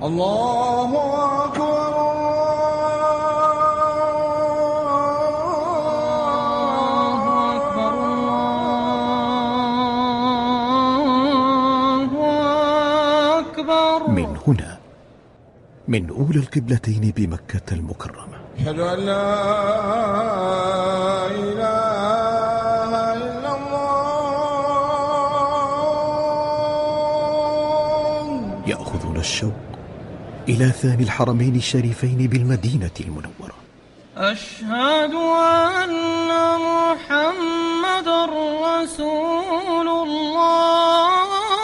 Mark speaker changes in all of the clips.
Speaker 1: الله أكبر
Speaker 2: الله أكبر.
Speaker 3: من هنا، من أولى القبلتين بمكة المكرمة،
Speaker 1: أشهد أن لا إله إلا الله.
Speaker 3: يأخذنا الشوق إلى ثاني الحرمين الشريفين بالمدينة المنورة.
Speaker 2: أشهد أن محمد رسول الله.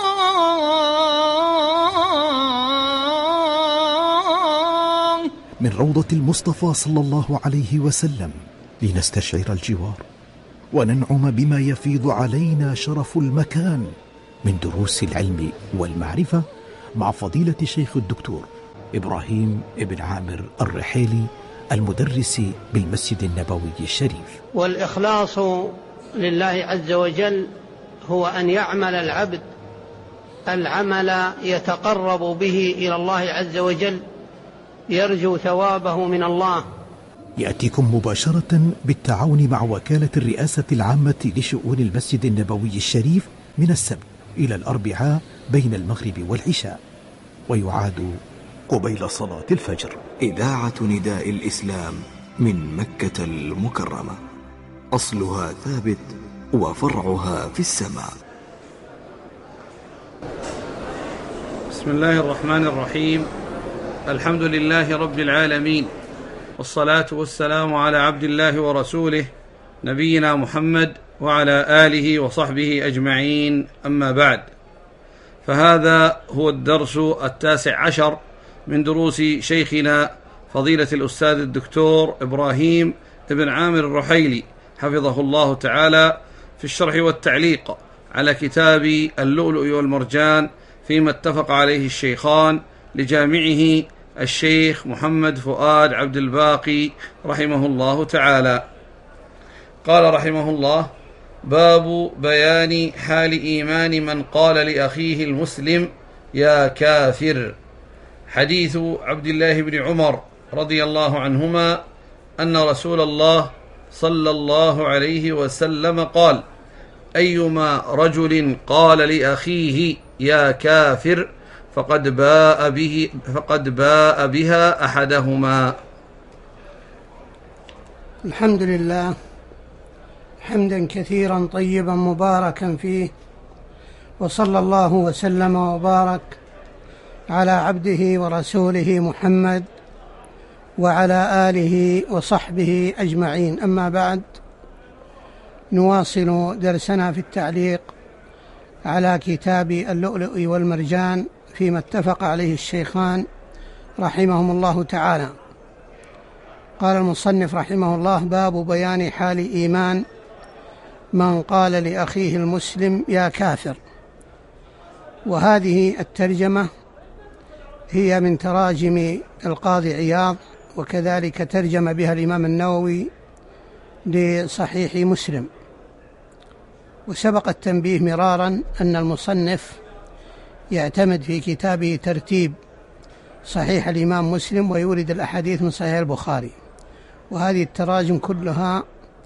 Speaker 3: من روضة المصطفى صلى الله عليه وسلم لنستشعر الجوار وننعم بما يفيض علينا شرف المكان من دروس العلم والمعرفة مع فضيلة الشيخ الدكتور إبراهيم ابن عامر الرحيلي المدرس بالمسجد النبوي الشريف.
Speaker 4: والإخلاص لله عز وجل هو أن يعمل العبد العمل يتقرب به إلى الله عز وجل يرجو ثوابه من الله.
Speaker 3: يأتيكم مباشرة بالتعاون مع وكالة الرئاسة العامة لشؤون المسجد النبوي الشريف من السبت إلى الأربعاء بين المغرب والعشاء، ويعاد قبيل صلاة الفجر.
Speaker 5: إذاعة نداء الإسلام من مكة المكرمة، أصلها ثابت وفرعها في السماء.
Speaker 6: بسم الله الرحمن الرحيم. الحمد لله رب العالمين، والصلاة والسلام على عبد الله ورسوله نبينا محمد وعلى آله وصحبه أجمعين، أما بعد، فهذا هو الدرس 19 من دروس شيخنا فضيلة الأستاذ الدكتور إبراهيم ابن عامر الرحيلي حفظه الله تعالى في الشرح والتعليق على كتاب اللؤلؤ والمرجان فيما اتفق عليه الشيخان لجامعه الشيخ محمد فؤاد عبد الباقي رحمه الله تعالى. قال رحمه الله: باب بيان حال إيمان من قال لأخيه المسلم يا كافر. حديث عبد الله بن عمر رضي الله عنهما أن رسول الله صلى الله عليه وسلم قال: أيما رجل قال لأخيه يا كافر فقد باء بها أحدهما.
Speaker 4: الحمد لله حمدا كثيرا طيبا مباركا فيه، وصلى الله وسلم وبارك على عبده ورسوله محمد وعلى آله وصحبه أجمعين، أما بعد، نواصل درسنا في التعليق على كتاب اللؤلؤ والمرجان فيما اتفق عليه الشيخان رحمهم الله تعالى. قال المصنف رحمه الله: باب بيان حال إيمان من قال لأخيه المسلم يا كافر. وهذه الترجمة هي من تراجم القاضي عياض، وكذلك ترجم بها الإمام النووي لصحيح مسلم. وسبق التنبيه مرارا أن المصنف يعتمد في كتابه ترتيب صحيح الإمام مسلم ويورد الأحاديث من صحيح البخاري، وهذه التراجم كلها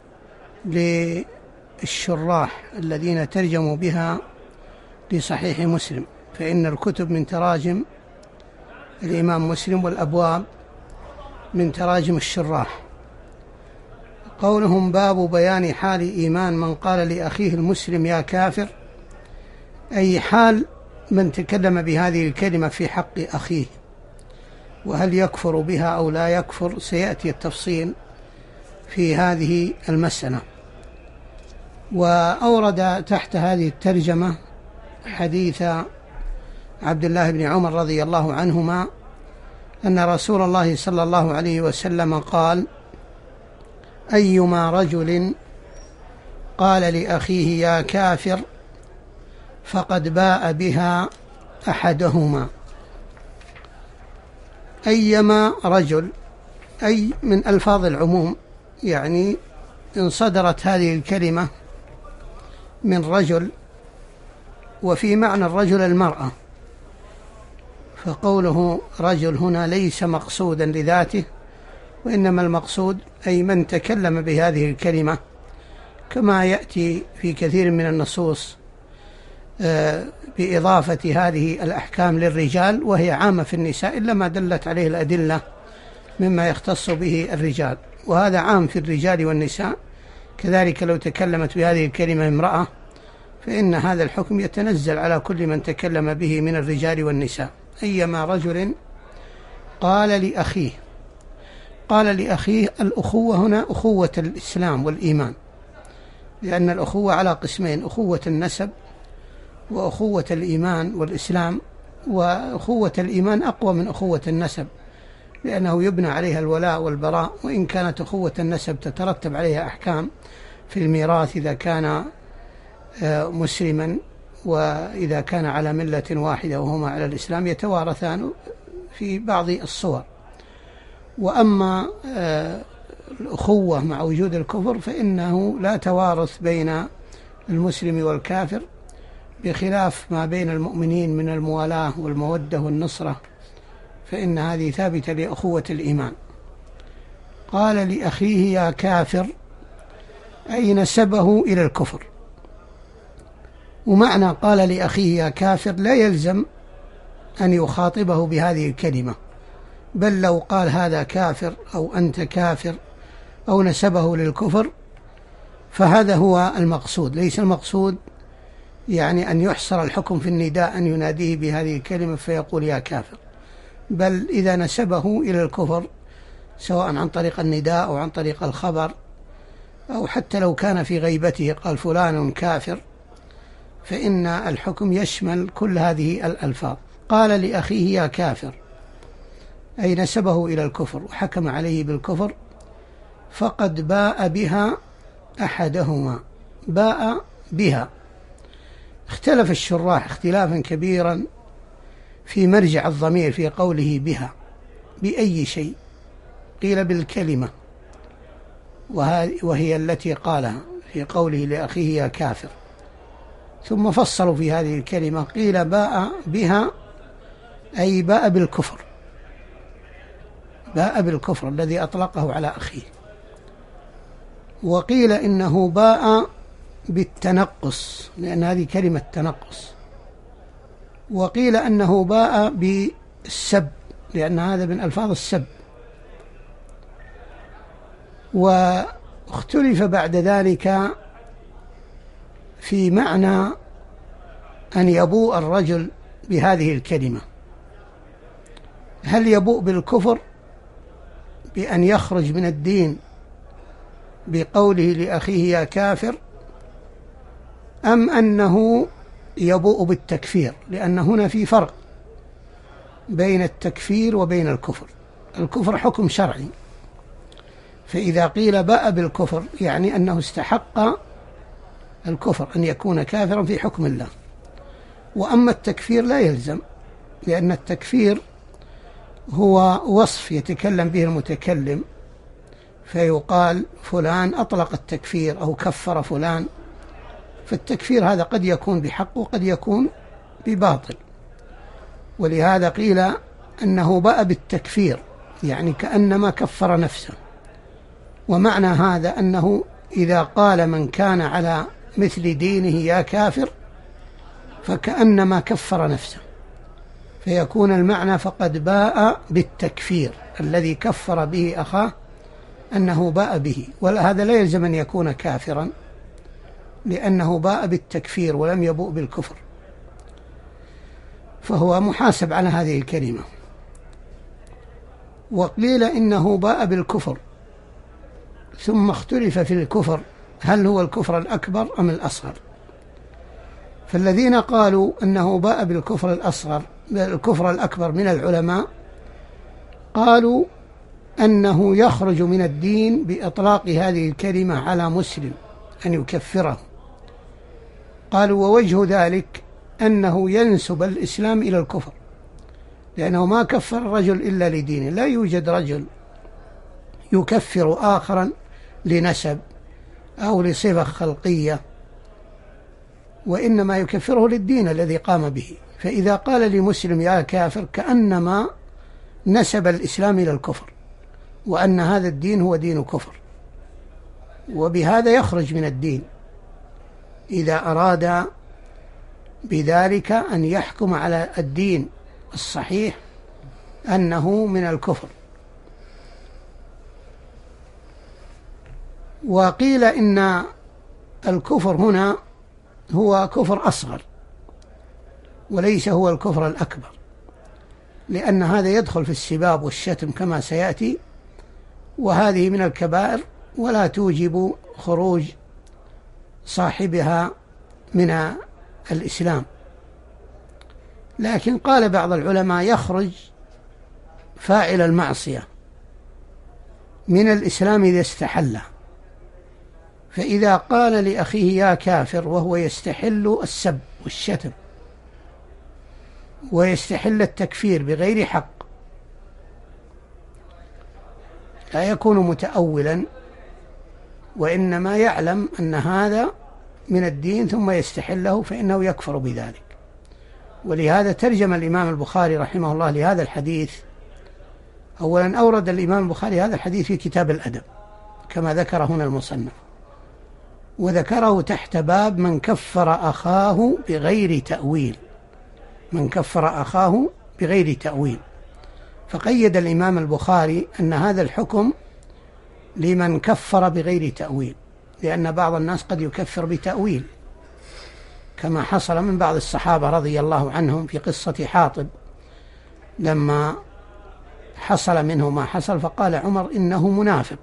Speaker 4: للشراح الذين ترجموا بها لصحيح مسلم، فإن الكتب من تراجم الإمام مسلم والأبواب من تراجم الشراح. قولهم باب بيان حال إيمان من قال لأخيه المسلم يا كافر، أي حال من تكلم بهذه الكلمة في حق أخيه، وهل يكفر بها أو لا يكفر سيأتي التفصيل في هذه المسألة. وأورد تحت هذه الترجمة حديث عبد الله بن عمر رضي الله عنهما أن رسول الله صلى الله عليه وسلم قال: أيما رجل قال لأخيه يا كافر فقد باء بها أحدهما. أيما رجل أي من ألفاظ العموم، يعني إن صدرت هذه الكلمة من رجل وفي معنى الرجل المرأة، فقوله رجل هنا ليس مقصودا لذاته، وإنما المقصود أي من تكلم بهذه الكلمة، كما يأتي في كثير من النصوص بإضافة هذه الأحكام للرجال، وهي عامة في النساء إلا ما دلت عليه الأدلة مما يختص به الرجال، وهذا عام في الرجال والنساء. كذلك لو تكلمت بهذه الكلمة امرأة فإن هذا الحكم يتنزل على كل من تكلم به من الرجال والنساء. أيما رجل قال لأخيه الأخوة هنا أخوة الإسلام والإيمان، لأن الأخوة على قسمين: أخوة النسب وأخوة الإيمان والإسلام. وأخوة الإيمان أقوى من أخوة النسب، لأنه يبنى عليها الولاء والبراء، وإن كانت أخوة النسب تترتب عليها أحكام في الميراث إذا كان مسلما، وإذا كان على ملة واحدة وهما على الإسلام يتوارثان في بعض الصور. وأما الأخوة مع وجود الكفر فإنه لا توارث بين المسلم والكافر، بخلاف ما بين المؤمنين من الموالاة والمودة والنصرة، فإن هذه ثابتة لأخوة الإيمان. قال لأخيه يا كافر أي نسبه إلى الكفر. ومعنى قال لأخيه يا كافر لا يلزم أن يخاطبه بهذه الكلمة، بل لو قال هذا كافر أو أنت كافر أو نسبه للكفر فهذا هو المقصود. ليس المقصود يعني أن يحصر الحكم في النداء أن يناديه بهذه الكلمة فيقول يا كافر، بل إذا نسبه إلى الكفر سواء عن طريق النداء أو عن طريق الخبر، أو حتى لو كان في غيبته قال فلان كافر، فإن الحكم يشمل كل هذه الألفاظ. قال لأخيه يا كافر أي نسبه إلى الكفر وحكم عليه بالكفر، فقد باء بها أحدهما. باء بها، اختلف الشراح اختلافا كبيرا في مرجع الضمير في قوله بها، بأي شيء؟ قيل بالكلمة، وهي التي قالها في قوله لأخيه يا كافر، ثم فصلوا في هذه الكلمة، قيل باء بها أي باء بالكفر، باء بالكفر الذي أطلقه على أخيه. وقيل إنه باء بالتنقص، لأن هذه كلمة تنقص. وقيل أنه باء بالسب، لأن هذا من ألفاظ السب. واختلف بعد ذلك في معنى أن يبوء الرجل بهذه الكلمة، هل يبوء بالكفر بأن يخرج من الدين بقوله لأخيه يا كافر، أم أنه يبوء بالتكفير؟ لأن هنا في فرق بين التكفير وبين الكفر. الكفر حكم شرعي، فإذا قيل باء بالكفر يعني أنه استحق الكفر، أن يكون كافرا في حكم الله. وأما التكفير لا يلزم، لأن التكفير هو وصف يتكلم به المتكلم، فيقال فلان أطلق التكفير أو كفر فلان، فالتكفير هذا قد يكون بحق وقد يكون بباطل. ولهذا قيل أنه باء بالتكفير، يعني كأنما كفر نفسه. ومعنى هذا أنه إذا قال من كان على مثل دينه يا كافر فكأنما كفر نفسه، فيكون المعنى فقد باء بالتكفير الذي كفر به أخاه، أنه باء به. وهذا لا يلزم أن يكون كافرا، لأنه باء بالتكفير ولم يبوء بالكفر، فهو محاسب على هذه الكلمة. وقيل إنه باء بالكفر، ثم اختلف في الكفر هل هو الكفر الأكبر أم الأصغر. فالذين قالوا أنه باء بالكفر الأصغر الكفر الأكبر من العلماء قالوا أنه يخرج من الدين بإطلاق هذه الكلمة على مسلم أن يكفره. قالوا ووجه ذلك أنه ينسب الإسلام إلى الكفر، لأنه ما كفر الرجل إلا لدينه. لا يوجد رجل يكفر آخرا لنسب أو لصفة خلقية، وإنما يكفره للدين الذي قام به. فإذا قال لمسلم يا كافر كأنما نسب الإسلام إلى الكفر، وأن هذا الدين هو دين كفر، وبهذا يخرج من الدين إذا أراد بذلك أن يحكم على الدين الصحيح أنه من الكفر. وقيل إن الكفر هنا هو كفر أصغر وليس هو الكفر الأكبر، لأن هذا يدخل في السباب والشتم كما سيأتي، وهذه من الكبائر ولا توجب خروج صاحبها من الإسلام. لكن قال بعض العلماء يخرج فاعل المعصية من الإسلام إذا استحله، فإذا قال لأخيه يا كافر وهو يستحل السب والشتم ويستحل التكفير بغير حق لا يكون متأولا، وإنما يعلم أن هذا من الدين ثم يستحله فإنه يكفر بذلك. ولهذا ترجم الإمام البخاري رحمه الله لهذا الحديث. أولا أورد الإمام البخاري هذا الحديث في كتاب الأدب كما ذكر هنا المصنف، وذكره تحت باب من كفر أخاه بغير تأويل، من كفر أخاه بغير تأويل. فقيد الإمام البخاري أن هذا الحكم لمن كفر بغير تأويل، لأن بعض الناس قد يكفر بتأويل كما حصل من بعض الصحابة رضي الله عنهم في قصة حاطب لما حصل منه ما حصل، فقال عمر إنه منافق،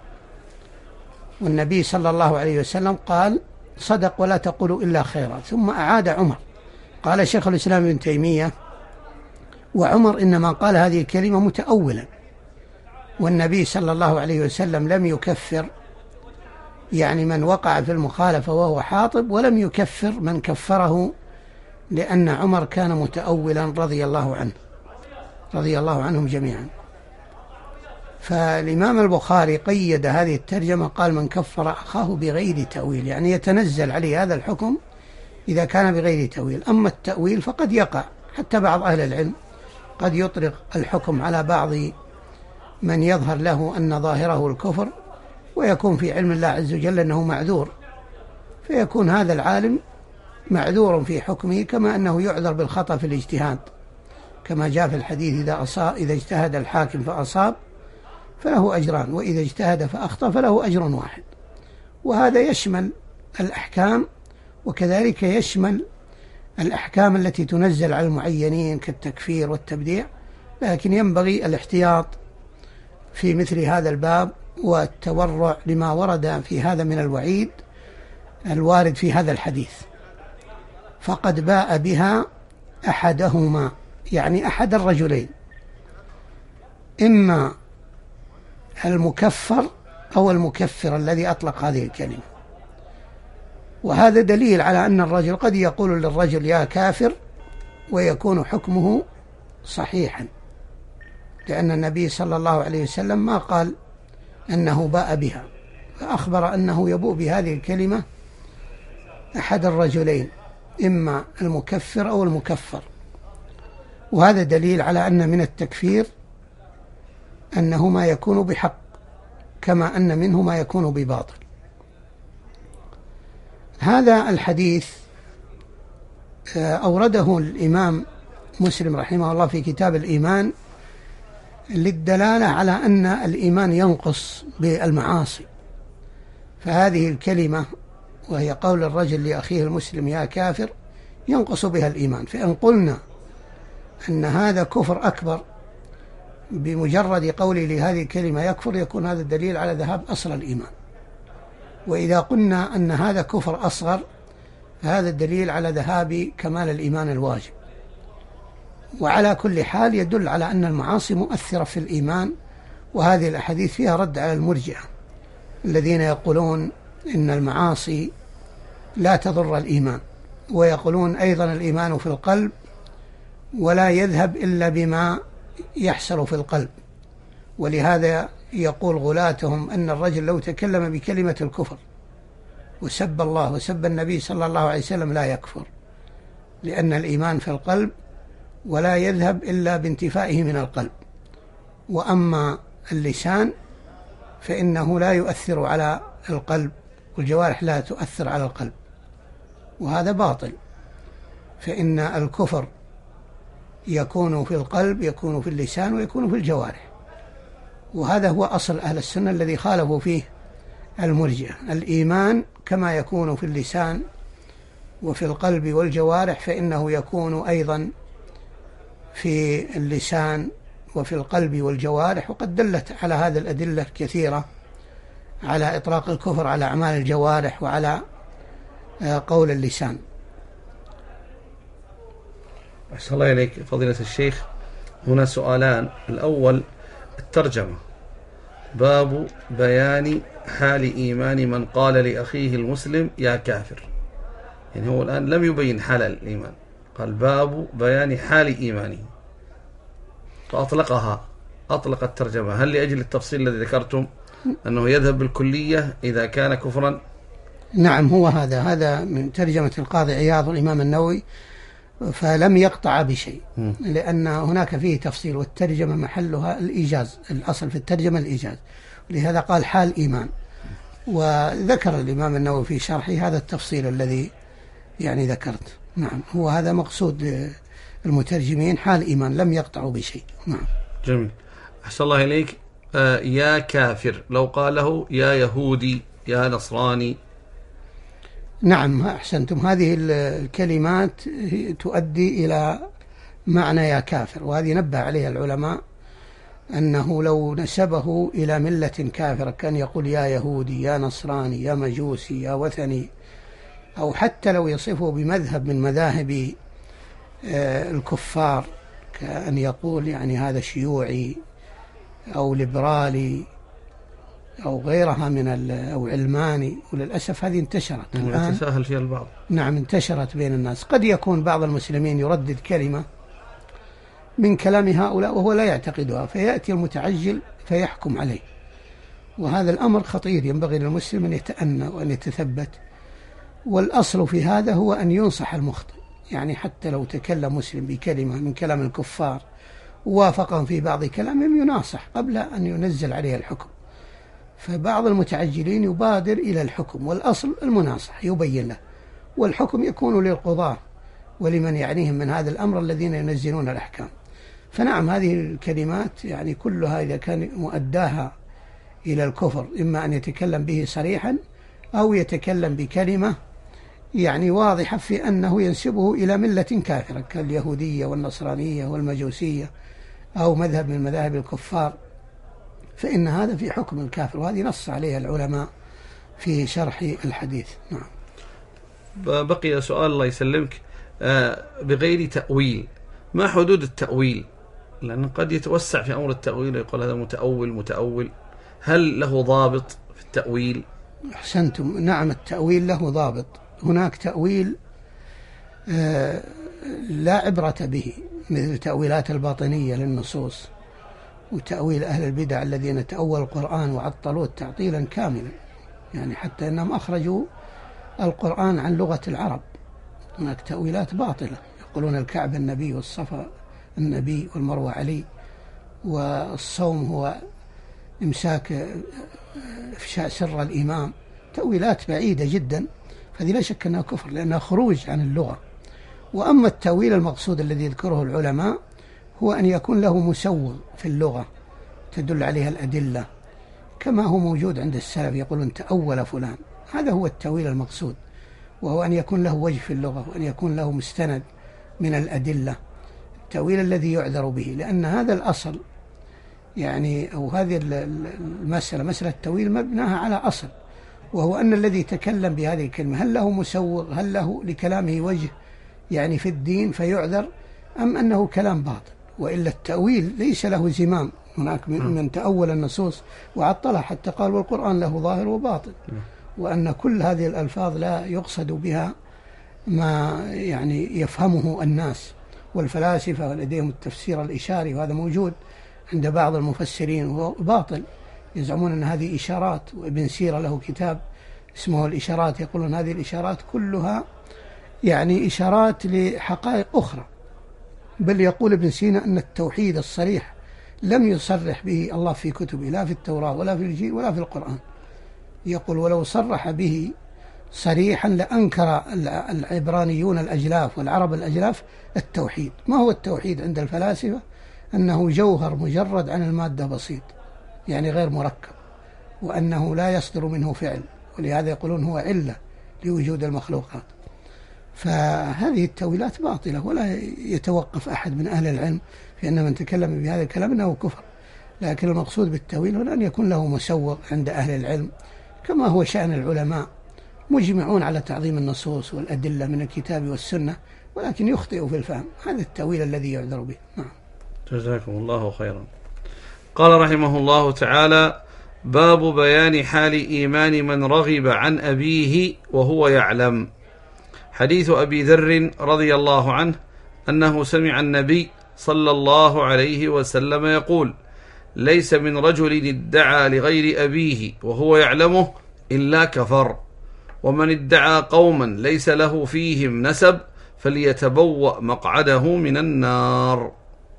Speaker 4: والنبي صلى الله عليه وسلم قال صدق ولا تقولوا إلا خيرا، ثم أعاد عمر. قال شيخ الإسلام ابن تيمية وعمر إنما قال هذه الكلمة متأولا، والنبي صلى الله عليه وسلم لم يكفر يعني من وقع في المخالفة وهو حاطب، ولم يكفر من كفره، لأن عمر كان متأولا رضي الله عنه، رضي الله عنهم جميعا. فالإمام البخاري قيد هذه الترجمة قال من كفر أخاه بغير تأويل، يعني يتنزل عليه هذا الحكم إذا كان بغير تأويل. أما التأويل فقد يقع، حتى بعض أهل العلم قد يطلق الحكم على بعض من يظهر له أن ظاهره الكفر، ويكون في علم الله عز وجل أنه معذور، فيكون هذا العالم معذور في حكمه، كما أنه يعذر بالخطأ في الاجتهاد، كما جاء في الحديث إذا اجتهد الحاكم فأصاب فله أجران، وإذا اجتهد فأخطأ فله أجر واحد. وهذا يشمل الأحكام، وكذلك يشمل الأحكام التي تنزل على المعينين كالتكفير والتبديع، لكن ينبغي الاحتياط في مثل هذا الباب والتورع لما ورد في هذا من الوعيد الوارد في هذا الحديث. فقد باء بها أحدهما، يعني أحد الرجلين، إما المكفر أو المكفر الذي أطلق هذه الكلمة. وهذا دليل على أن الرجل قد يقول للرجل يا كافر ويكون حكمه صحيحا، لأن النبي صلى الله عليه وسلم ما قال أنه باء بها، فأخبر أنه يبوء بهذه الكلمة أحد الرجلين، إما المكفر أو المكفر. وهذا دليل على أن من التكفير أنه ما يكون بحق، كما أن منه ما يكون بباطل. هذا الحديث أورده الإمام مسلم رحمه الله في كتاب الإيمان للدلالة على أن الإيمان ينقص بالمعاصي. فهذه الكلمة وهي قول الرجل لأخيه المسلم يا كافر ينقص بها الإيمان. فإن قلنا أن هذا كفر أكبر بمجرد قولي لهذه الكلمة يكفر، يكون هذا الدليل على ذهاب أصل الإيمان. وإذا قلنا أن هذا كفر أصغر فهذا الدليل على ذهاب كمال الإيمان الواجب. وعلى كل حال يدل على أن المعاصي مؤثرة في الإيمان، وهذه الأحاديث فيها رد على المرجئة الذين يقولون إن المعاصي لا تضر الإيمان، ويقولون أيضا الإيمان في القلب ولا يذهب إلا بما يحصل في القلب. ولهذا يقول غلاتهم أن الرجل لو تكلم بكلمة الكفر وسب الله وسب النبي صلى الله عليه وسلم لا يكفر، لأن الإيمان في القلب ولا يذهب إلا بانتفائه من القلب. وأما اللسان فإنه لا يؤثر على القلب، والجوارح لا تؤثر على القلب، وهذا باطل. فإن الكفر يكون في القلب، يكون في اللسان، ويكون في الجوارح، وهذا هو أصل أهل السنة الذي خالفوا فيه المرجئة. الإيمان كما يكون في اللسان وفي القلب والجوارح فإنه يكون أيضا في اللسان وفي القلب والجوارح، وقد دلت على هذا الأدلة الكثيرة على إطلاق الكفر على أعمال الجوارح وعلى قول اللسان.
Speaker 6: أحسن الله إليك فضيلة الشيخ. هنا سؤالان. الأول الترجمة: باب بيان حال إيمان من قال لأخيه المسلم يا كافر. يعني هو الآن لم يبين حال الإيمان، قال باب بيان حال إيمانه فأطلقها، أطلق الترجمة. هل لأجل التفصيل الذي ذكرتم أنه يذهب بالكلية إذا كان كفرا؟
Speaker 4: نعم، هو هذا من ترجمة القاضي عياض والإمام النووي، فلم يقطع بشيء، لأن هناك فيه تفصيل، والترجمة محلها الإيجاز، الأصل في الترجمة الإيجاز، ولهذا قال حال إيمان. وذكر الإمام النووي في شرحه هذا التفصيل الذي يعني ذكرت. نعم، هو هذا مقصود المترجمين، حال إيمان، لم يقطعوا بشيء. نعم.
Speaker 6: جميل. أحسن الله إليك. يا كافر لو قاله يا يهودي يا نصراني.
Speaker 4: نعم، أحسنتم. هذه الكلمات تؤدي إلى معنى يا كافر، وهذه نبه عليها العلماء أنه لو نسبه إلى ملة كافرة كان يقول يا يهودي يا نصراني يا مجوسي يا وثني، أو حتى لو يصفه بمذهب من مذاهب الكفار، كأن يقول يعني هذا شيوعي أو ليبرالي أو غيرها من أو علماني. وللأسف هذه انتشرت الآن،
Speaker 6: يتساهل فيها البعض.
Speaker 4: نعم، انتشرت بين الناس. قد يكون بعض المسلمين يردد كلمة من كلام هؤلاء وهو لا يعتقدها، فيأتي المتعجل فيحكم عليه، وهذا الأمر خطير. ينبغي للمسلم أن يتأنى وأن يتثبت، والأصل في هذا هو أن ينصح المخطئ. يعني حتى لو تكلم مسلم بكلمة من كلام الكفار ووافقهم في بعض كلامهم يناصح قبل أن ينزل عليه الحكم. فبعض المتعجلين يبادر إلى الحكم، والأصل المناصح يبين له، والحكم يكون للقضاة ولمن يعنيهم من هذا الأمر الذين ينزلون الأحكام. فنعم، هذه الكلمات يعني كلها إذا كان مؤداها إلى الكفر، إما أن يتكلم به صريحا أو يتكلم بكلمة يعني واضحة في أنه ينسبه إلى ملة كافرة كاليهودية والنصرانية والمجوسية أو مذهب من مذاهب الكفار، فإن هذا في حكم الكافر، وهذه نص عليها العلماء في شرح الحديث. نعم.
Speaker 6: بقي سؤال الله يسلمك بغير تأويل، ما حدود التأويل؟ لأن قد يتوسع في أمر التأويل ويقول هذا متأول، هل له ضابط في التأويل؟
Speaker 4: أحسنتم. نعم، التأويل له ضابط. هناك تأويل لا عبرة به، مثل تأويلات الباطنية للنصوص، وتأويل أهل البدع الذين تأولوا القرآن وعطلوه تعطيلا كاملا، يعني حتى أنهم أخرجوا القرآن عن لغة العرب. هناك تأويلات باطلة، يقولون الكعبة النبي والصفا النبي والمروة علي، والصوم هو إمساك إفشاء سر الإمام. تأويلات بعيدة جدا، فهذه لا شك أنها كفر لأنها خروج عن اللغة. وأما التأويل المقصود الذي يذكره العلماء هو أن يكون له مسوغ في اللغة تدل عليها الأدلة، كما هو موجود عند السلف، يقولون تأول فلان. هذا هو التأويل المقصود، وهو أن يكون له وجه في اللغة وأن يكون له مستند من الأدلة، التأويل الذي يعذر به. لأن هذا الأصل يعني أو هذه المسألة، مسألة التأويل مبناها على أصل، وهو أن الذي تكلم بهذه الكلمة هل له مسوغ، هل له لكلامه وجه يعني في الدين فيعذر، أم أنه كلام باطل. وإلا التأويل ليس له زمام. هناك من تأول النصوص وعطلها حتى قال والقرآن له ظاهر وباطن، وأن كل هذه الألفاظ لا يقصد بها ما يعني يفهمه الناس، والفلاسفة لديهم التفسير الإشاري، وهذا موجود عند بعض المفسرين وهو باطل، يزعمون أن هذه إشارات. وابن سيرة له كتاب اسمه الإشارات، يقولون هذه الإشارات كلها يعني إشارات لحقائق أخرى. بل يقول ابن سينا أن التوحيد الصريح لم يصرح به الله في كتبه، لا في التوراة ولا في الإنجيل ولا في القرآن. يقول ولو صرح به صريحا لأنكر العبرانيون الأجلاف والعرب الأجلاف التوحيد. ما هو التوحيد عند الفلاسفة؟ أنه جوهر مجرد عن المادة بسيط، يعني غير مركب، وأنه لا يصدر منه فعل، ولهذا يقولون هو علة لوجود المخلوقات. فهذه التأويلات باطلة، ولا يتوقف أحد من أهل العلم في أن من تكلم بهذا الكلام أنه كفر. لكن المقصود بالتأويل هو أن يكون له مسوغ عند أهل العلم، كما هو شأن العلماء، مجمعون على تعظيم النصوص والأدلة من الكتاب والسنة، ولكن يخطئ في الفهم. هذا التأويل الذي يعذر به. نعم.
Speaker 6: جزاكم الله خيرا. قال رحمه الله تعالى: باب بيان حال إيمان من رغب عن أبيه وهو يعلم. حديث أبي ذر رضي الله عنه أنه سمع النبي صلى الله عليه وسلم يقول: ليس من رجل ادعى لغير أبيه وهو يعلمه إلا كفر، ومن ادعى قوما ليس له فيهم نسب فليتبوأ مقعده من النار.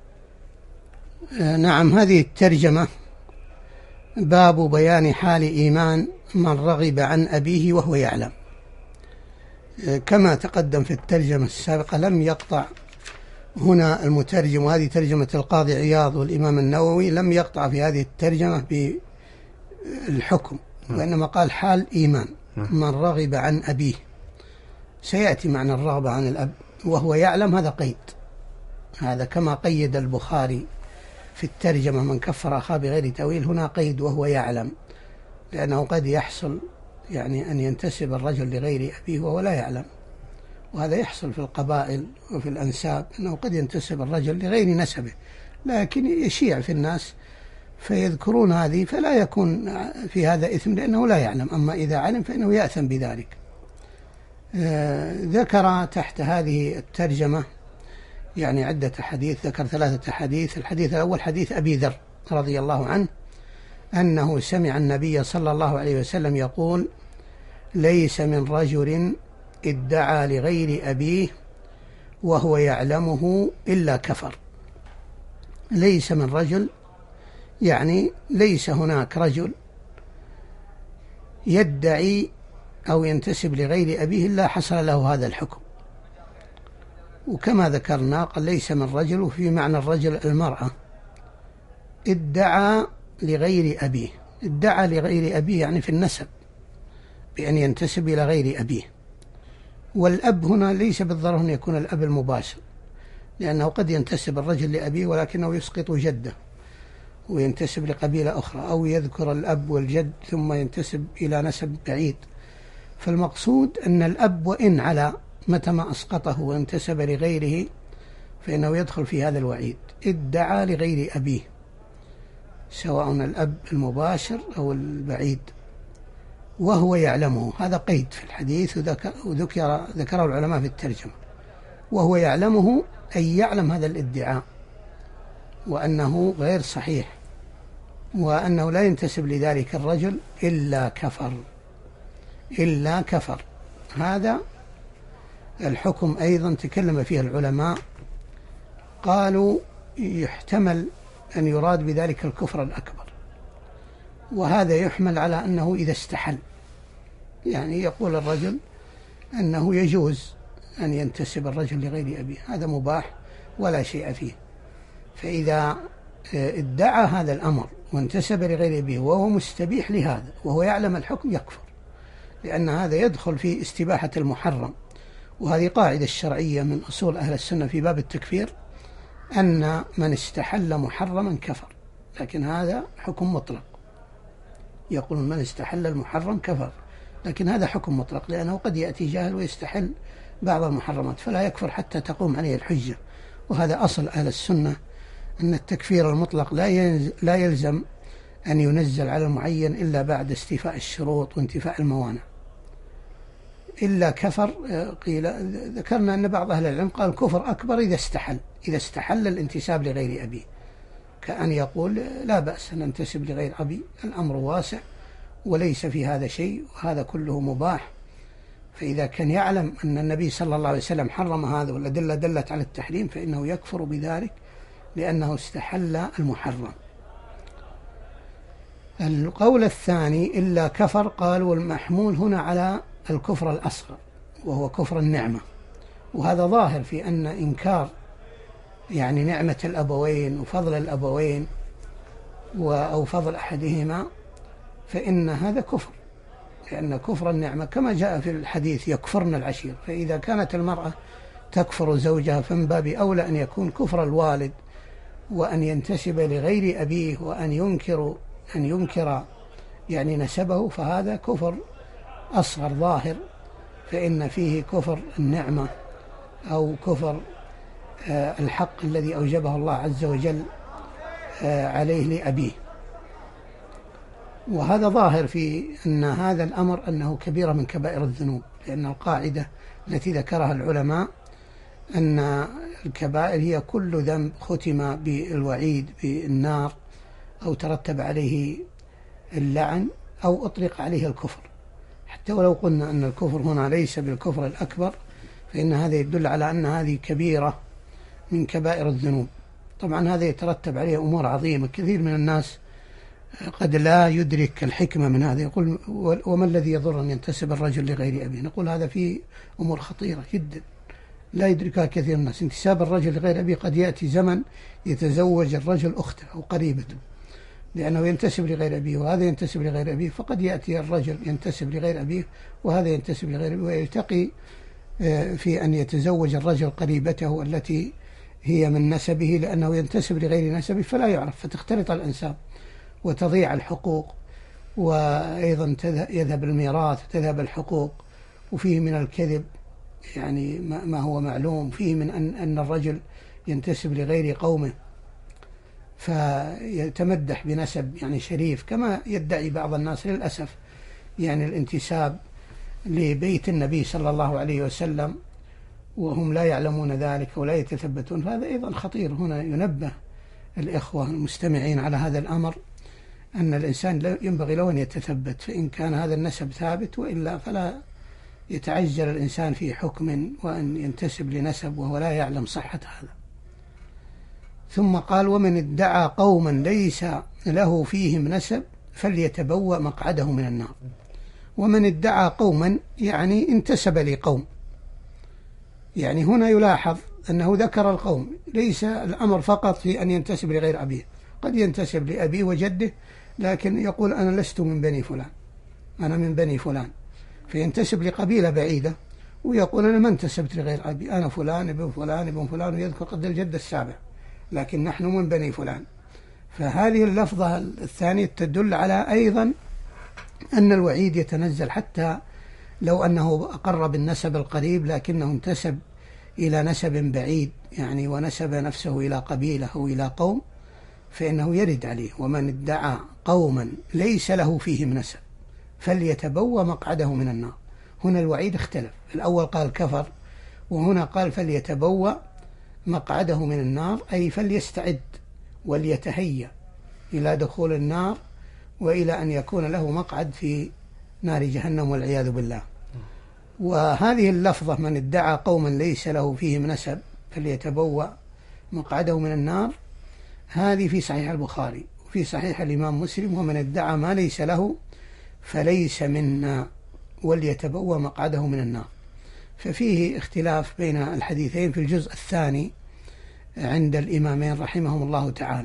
Speaker 4: نعم، هذه الترجمة باب بيان حال إيمان من رغب عن أبيه وهو يعلم. كما تقدم في الترجمة السابقة لم يقطع هنا المترجم، وهذه ترجمة القاضي عياض والإمام النووي، لم يقطع في هذه الترجمة بالحكم، وإنما قال حال إيمان من رغب عن أبيه. سيأتي معنى الرغبة عن الأب وهو يعلم، هذا قيد، هذا كما قيد البخاري في الترجمة من كفر أخاه بغير تأويل، هنا قيد وهو يعلم، لأنه قد يحصل يعني أن ينتسب الرجل لغير أبيه وهو لا يعلم، وهذا يحصل في القبائل وفي الأنساب، أنه قد ينتسب الرجل لغير نسبه لكن يشيع في الناس فيذكرون هذه، فلا يكون في هذا إثم لأنه لا يعلم. أما إذا علم فإنه يأثم بذلك. ذكر تحت هذه الترجمة يعني عدة حديث، ذكر 3 حديث. الحديث الأول حديث أبي ذر رضي الله عنه أنه سمع النبي صلى الله عليه وسلم يقول: ليس من رجل ادعى لغير أبيه وهو يعلمه إلا كفر. ليس من رجل يعني ليس هناك رجل يدعي أو ينتسب لغير أبيه إلا حصل له هذا الحكم. وكما ذكرنا قال ليس من رجل، وفي معنى الرجل المرأة، ادعى لغير أبيه. ادعى لغير أبيه يعني في النسب بأن ينتسب إلى غير أبيه. والأب هنا ليس بالضرورة أن يكون الأب المباشر، لأنه قد ينتسب الرجل لأبيه ولكنه يسقط جده وينتسب لقبيلة أخرى، أو يذكر الأب والجد ثم ينتسب إلى نسب بعيد. فالمقصود أن الأب وإن على متى ما أسقطه وانتسب لغيره فإنه يدخل في هذا الوعيد. ادعى لغير أبيه سواء الأب المباشر أو البعيد وهو يعلمه، هذا قيد في الحديث ذكره العلماء في الترجمة. وهو يعلمه أي يعلم هذا الادعاء وأنه غير صحيح، وأنه لا ينتسب لذلك الرجل إلا كفر. إلا كفر، هذا الحكم أيضا تكلم فيه العلماء، قالوا يحتمل أن يراد بذلك الكفر الأكبر، وهذا يحمل على أنه إذا استحل، يعني يقول الرجل أنه يجوز أن ينتسب الرجل لغير أبيه، هذا مباح ولا شيء فيه. فإذا ادعى هذا الأمر وانتسب لغير أبيه وهو مستبيح لهذا وهو يعلم الحكم يكفر، لأن هذا يدخل في استباحة المحرم. وهذه قاعدة الشرعية من أصول أهل السنة في باب التكفير، أن من استحل محرما كفر، لكن هذا حكم مطلق. يقولون من استحل المحرم كفر، لكن هذا حكم مطلق، لأنه قد يأتي جاهل ويستحل بعض المحرمات فلا يكفر حتى تقوم عليه الحجة. وهذا أصل أهل السنة، أن التكفير المطلق لا يلزم أن ينزل على المعين إلا بعد استيفاء الشروط وانتفاء الموانع. إلا كفر قيل، ذكرنا أن بعض أهل العلم قال كفر أكبر إذا استحل الانتساب لغير أبيه، كأن يقول لا بأس أن ننتسب لغير أبي، الأمر واسع وليس في هذا شيء، وهذا كله مباح فإذا كان يعلم أن النبي صلى الله عليه وسلم حرم هذا والأدلة دلت على التحريم فإنه يكفر بذلك لأنه استحل المحرم. القول الثاني إلا كفر، قال والمحمول هنا على الكفر الأصغر وهو كفر النعمة، وهذا ظاهر في أن إنكار يعني نعمة الأبوين وفضل الأبوين أو فضل أحدهما فإن هذا كفر، لأن كفر النعمة كما جاء في الحديث يكفرن العشير، فإذا كانت المرأة تكفر زوجها فمن باب أولى أن يكون كفر الوالد وأن ينتسب لغير أبيه وأن ينكر يعني نسبه، فهذا كفر أصغر ظاهر، فإن فيه كفر النعمة أو كفر الحق الذي أوجبه الله عز وجل عليه لأبيه. وهذا ظاهر في أن هذا الأمر أنه كبيرة من كبائر الذنوب، لأن القاعدة التي ذكرها العلماء أن الكبائر هي كل ذنب ختم بالوعيد بالنار أو ترتب عليه اللعن أو أطلق عليه الكفر. حتى ولو قلنا أن الكفر هنا ليس بالكفر الأكبر فإن هذا يدل على أن هذه كبيرة من كبائر الذنوب. طبعا هذا يترتب عليه أمور عظيمة، كثير من الناس قد لا يدرك الحكمة من هذا، يقول وما الذي يضر أن ينتسب الرجل لغير أبيه؟ نقول هذا فيه أمور خطيرة جدا لا يدركها كثير من الناس. انتساب الرجل لغير أبيه قد يأتي زمن يتزوج الرجل أخته أو قريبته لأنه ينتسب لغير أبيه وهذا ينتسب لغير أبيه، فقد يأتي الرجل ينتسب لغير أبيه وهذا ينتسب لغير أبيه، ويلتقي في أن يتزوج الرجل قريبته التي هي من نسبه لأنه ينتسب لغير نسبه فلا يعرف، فتختلط الأنساب وتضيع الحقوق، وأيضا يذهب الميراث وتذهب الحقوق، وفيه من الكذب يعني ما هو معلوم، فيه من أن الرجل ينتسب لغير قومه فيتمدح بنسب يعني شريف، كما يدعي بعض الناس للأسف يعني الانتساب لبيت النبي صلى الله عليه وسلم وهم لا يعلمون ذلك ولا يتثبتون، فهذا أيضا خطير. هنا ينبه الإخوة المستمعين على هذا الأمر أن الإنسان ينبغي له أن يتثبت، فإن كان هذا النسب ثابت، وإلا فلا يتعجل الإنسان في حكم وأن ينتسب لنسب وهو لا يعلم صحة هذا. ثم قال ومن ادعى قوما ليس له فيهم نسب فليتبوأ مقعده من النار. ومن ادعى قوما يعني انتسب لقوم، يعني هنا يلاحظ أنه ذكر القوم، ليس الأمر فقط في أن ينتسب لغير أبيه، قد ينتسب لأبيه وجده لكن يقول أنا لست من بني فلان، أنا من بني فلان، فينتسب لقبيلة بعيدة ويقول أنا ما انتسبت لغير أبي، أنا فلان ابن فلان ابن فلان، ويذكر قد الجد السابع لكن نحن من بني فلان. فهذه اللفظة الثانية تدل على أيضا أن الوعيد يتنزل حتى لو أنه أقر بالنسب القريب لكنه انتسب إلى نسب بعيد يعني ونسب نفسه إلى قبيلة أو إلى قوم فإنه يرد عليه. ومن ادعى قوما ليس له فيهم نسب فليتبوأ مقعده من النار. هنا الوعيد اختلف، الأول قال كفر وهنا قال فليتبوأ مقعده من النار، أي فليستعد وليتهيأ إلى دخول النار وإلى أن يكون له مقعد في نار جهنم والعياذ بالله. وهذه اللفظة من ادعى قوما ليس له فيهم نسب فليتبوأ مقعده من النار، هذه في صحيح البخاري وفي صحيح الإمام مسلم، ومن ادعى ما ليس له فليس منا وليتبوأ مقعده من النار. ففيه اختلاف بين الحديثين في الجزء الثاني عند الإمامين رحمهم الله تعالى.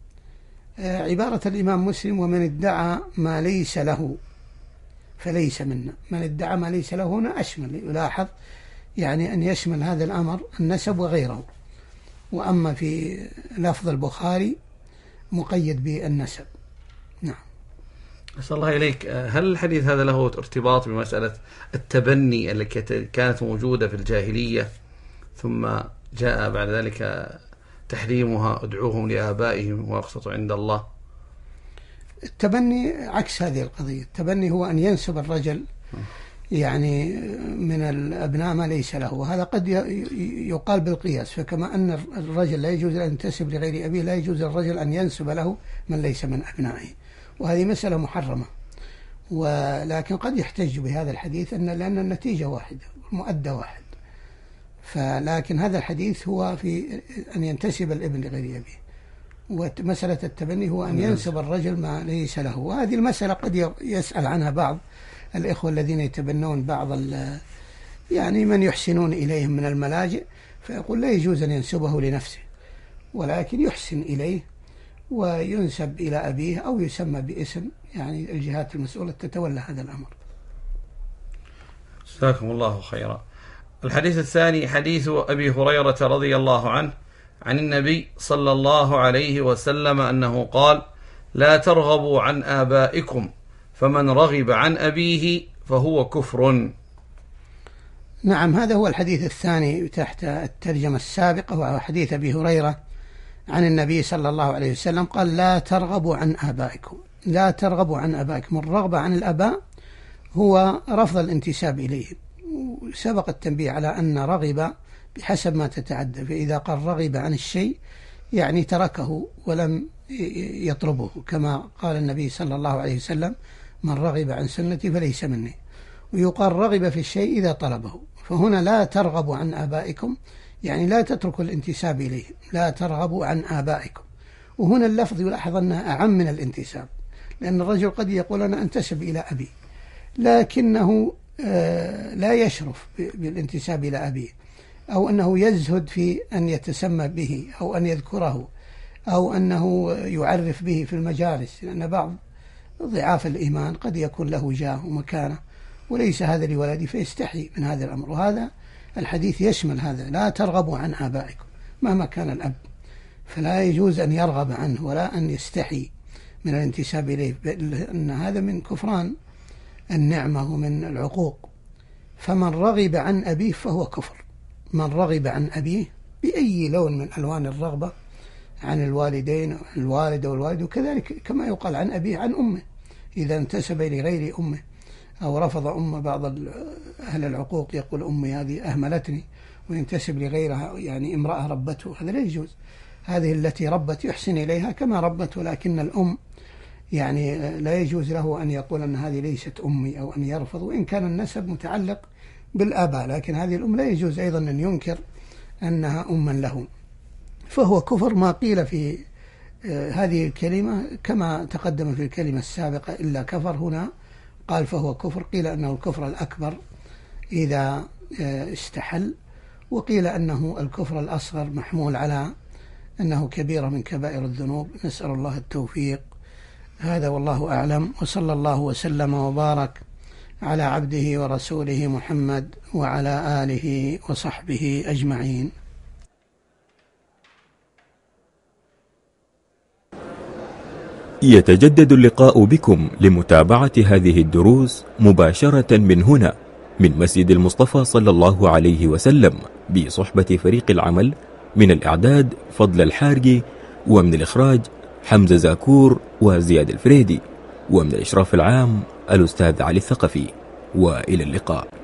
Speaker 4: عبارة الإمام مسلم ومن ادعى ما ليس له فليس منا، من ادعى ما ليس له هنا أشمل، يلاحظ يعني أن يشمل هذا الأمر النسب وغيره، وأما في لفظ البخاري مقيد بالنسب. نعم.
Speaker 6: أسأل الله إليك، هل الحديث هذا له ارتباط بمسألة التبني التي كانت موجودة في الجاهلية ثم جاء بعد ذلك تحريمها ادعوهم لآبائهم وأقسطوا عند الله؟
Speaker 4: التبني عكس هذه القضية، التبني هو أن ينسب الرجل يعني من الأبناء ما ليس له، وهذا قد يقال بالقياس، فكما أن الرجل لا يجوز أن ينتسب لغير أبيه لا يجوز الرجل أن ينسب له من ليس من أبنائه، وهذه مسألة محرمة. ولكن قد يحتج بهذا الحديث لأن النتيجة واحدة والمؤدى واحد. لكن هذا الحديث هو في أن ينتسب الابن لغير أبيه، ومسألة التبني هو أن ينسب الرجل ما ليس له. وهذه المسألة قد يسأل عنها بعض الإخوة الذين يتبنون بعض يعني من يحسنون إليهم من الملاجئ، فيقول لا يجوز أن ينسبه لنفسه، ولكن يحسن إليه وينسب إلى أبيه أو يسمى باسم يعني الجهات المسؤولة تتولى هذا الأمر.
Speaker 6: جزاكم الله خيرا. الحديث الثاني حديث أبي هريرة رضي الله عنه عن النبي صلى الله عليه وسلم أنه قال: لا ترغبوا عن آبائكم فمن رغب عن أبيه فهو كفر.
Speaker 4: نعم، هذا هو الحديث الثاني تحت الترجمة السابقة، وهو حديث أبي هريرة عن النبي صلى الله عليه وسلم قال: لا ترغبوا عن آبائكم. لا ترغبوا عن آبائكم. الرغبة عن الآباء هو رفض الانتساب إليهم، وسبق التنبيه على أن رغب بحسب ما تتعدى، فإذا قال رغب عن الشيء يعني تركه ولم يطلبه، كما قال النبي صلى الله عليه وسلم: من رغب عن سنتي فليس مني. ويقال رغب في الشيء إذا طلبه. فهنا لا ترغبوا عن آبائكم يعني لا تتركوا الانتساب إليهم، لا ترغبوا عن آبائكم. وهنا اللفظ يلاحظ أنها أعم من الانتساب، لأن الرجل قد يقول أنا أنتسب إلى أبي، لكنه لا يشرف بالانتساب إلى أبيه، أو أنه يزهد في أن يتسمى به أو أن يذكره أو أنه يعرف به في المجالس، لأن بعض ضعاف الإيمان قد يكون له جاه ومكانة وليس هذا لولده فيستحي من هذا الأمر. وهذا الحديث يشمل هذا: لا ترغبوا عن آبائكم مهما كان الأب، فلا يجوز أن يرغب عنه ولا أن يستحي من الانتساب إليه، لأن هذا من كفران النعمة ومن العقوق. فمن رغب عن أبيه فهو كفر. من رغب عن أبيه بأي لون من ألوان الرغبة عن الوالدين أو عن الوالد أو الوالد، وكذلك كما يقال عن أبيه عن أمه إذا انتسب لغير أمه أو رفض أمه. بعض أهل العقوق يقول أمي هذه أهملتني وينتسب لغيرها يعني امرأة ربته، هذا لا يجوز. هذه التي ربت يحسن إليها كما ربت، ولكن الأم يعني لا يجوز له أن يقول أن هذه ليست أمي أو أن يرفض، وإن كان النسب متعلق بالآباء، لكن هذه الأم لا يجوز أيضا أن ينكر أنها أما له، فهو كفر. ما قيل في هذه الكلمة كما تقدم في الكلمة السابقة إلا كفر، هنا قال فهو كفر. قيل أنه الكفر الأكبر إذا استحل، وقيل أنه الكفر الأصغر محمول على أنه كبيرة من كبائر الذنوب. نسأل الله التوفيق. هذا والله أعلم، وصلى الله وسلم وبارك على عبده ورسوله محمد وعلى آله وصحبه أجمعين.
Speaker 7: يتجدد اللقاء بكم لمتابعة هذه الدروس مباشرة من هنا من مسجد المصطفى صلى الله عليه وسلم، بصحبة فريق العمل من الإعداد فضل الحارقي، ومن الإخراج حمزة زاكور وزياد الفريدي، ومن الإشراف العام الأستاذ علي الثقفي. وإلى اللقاء.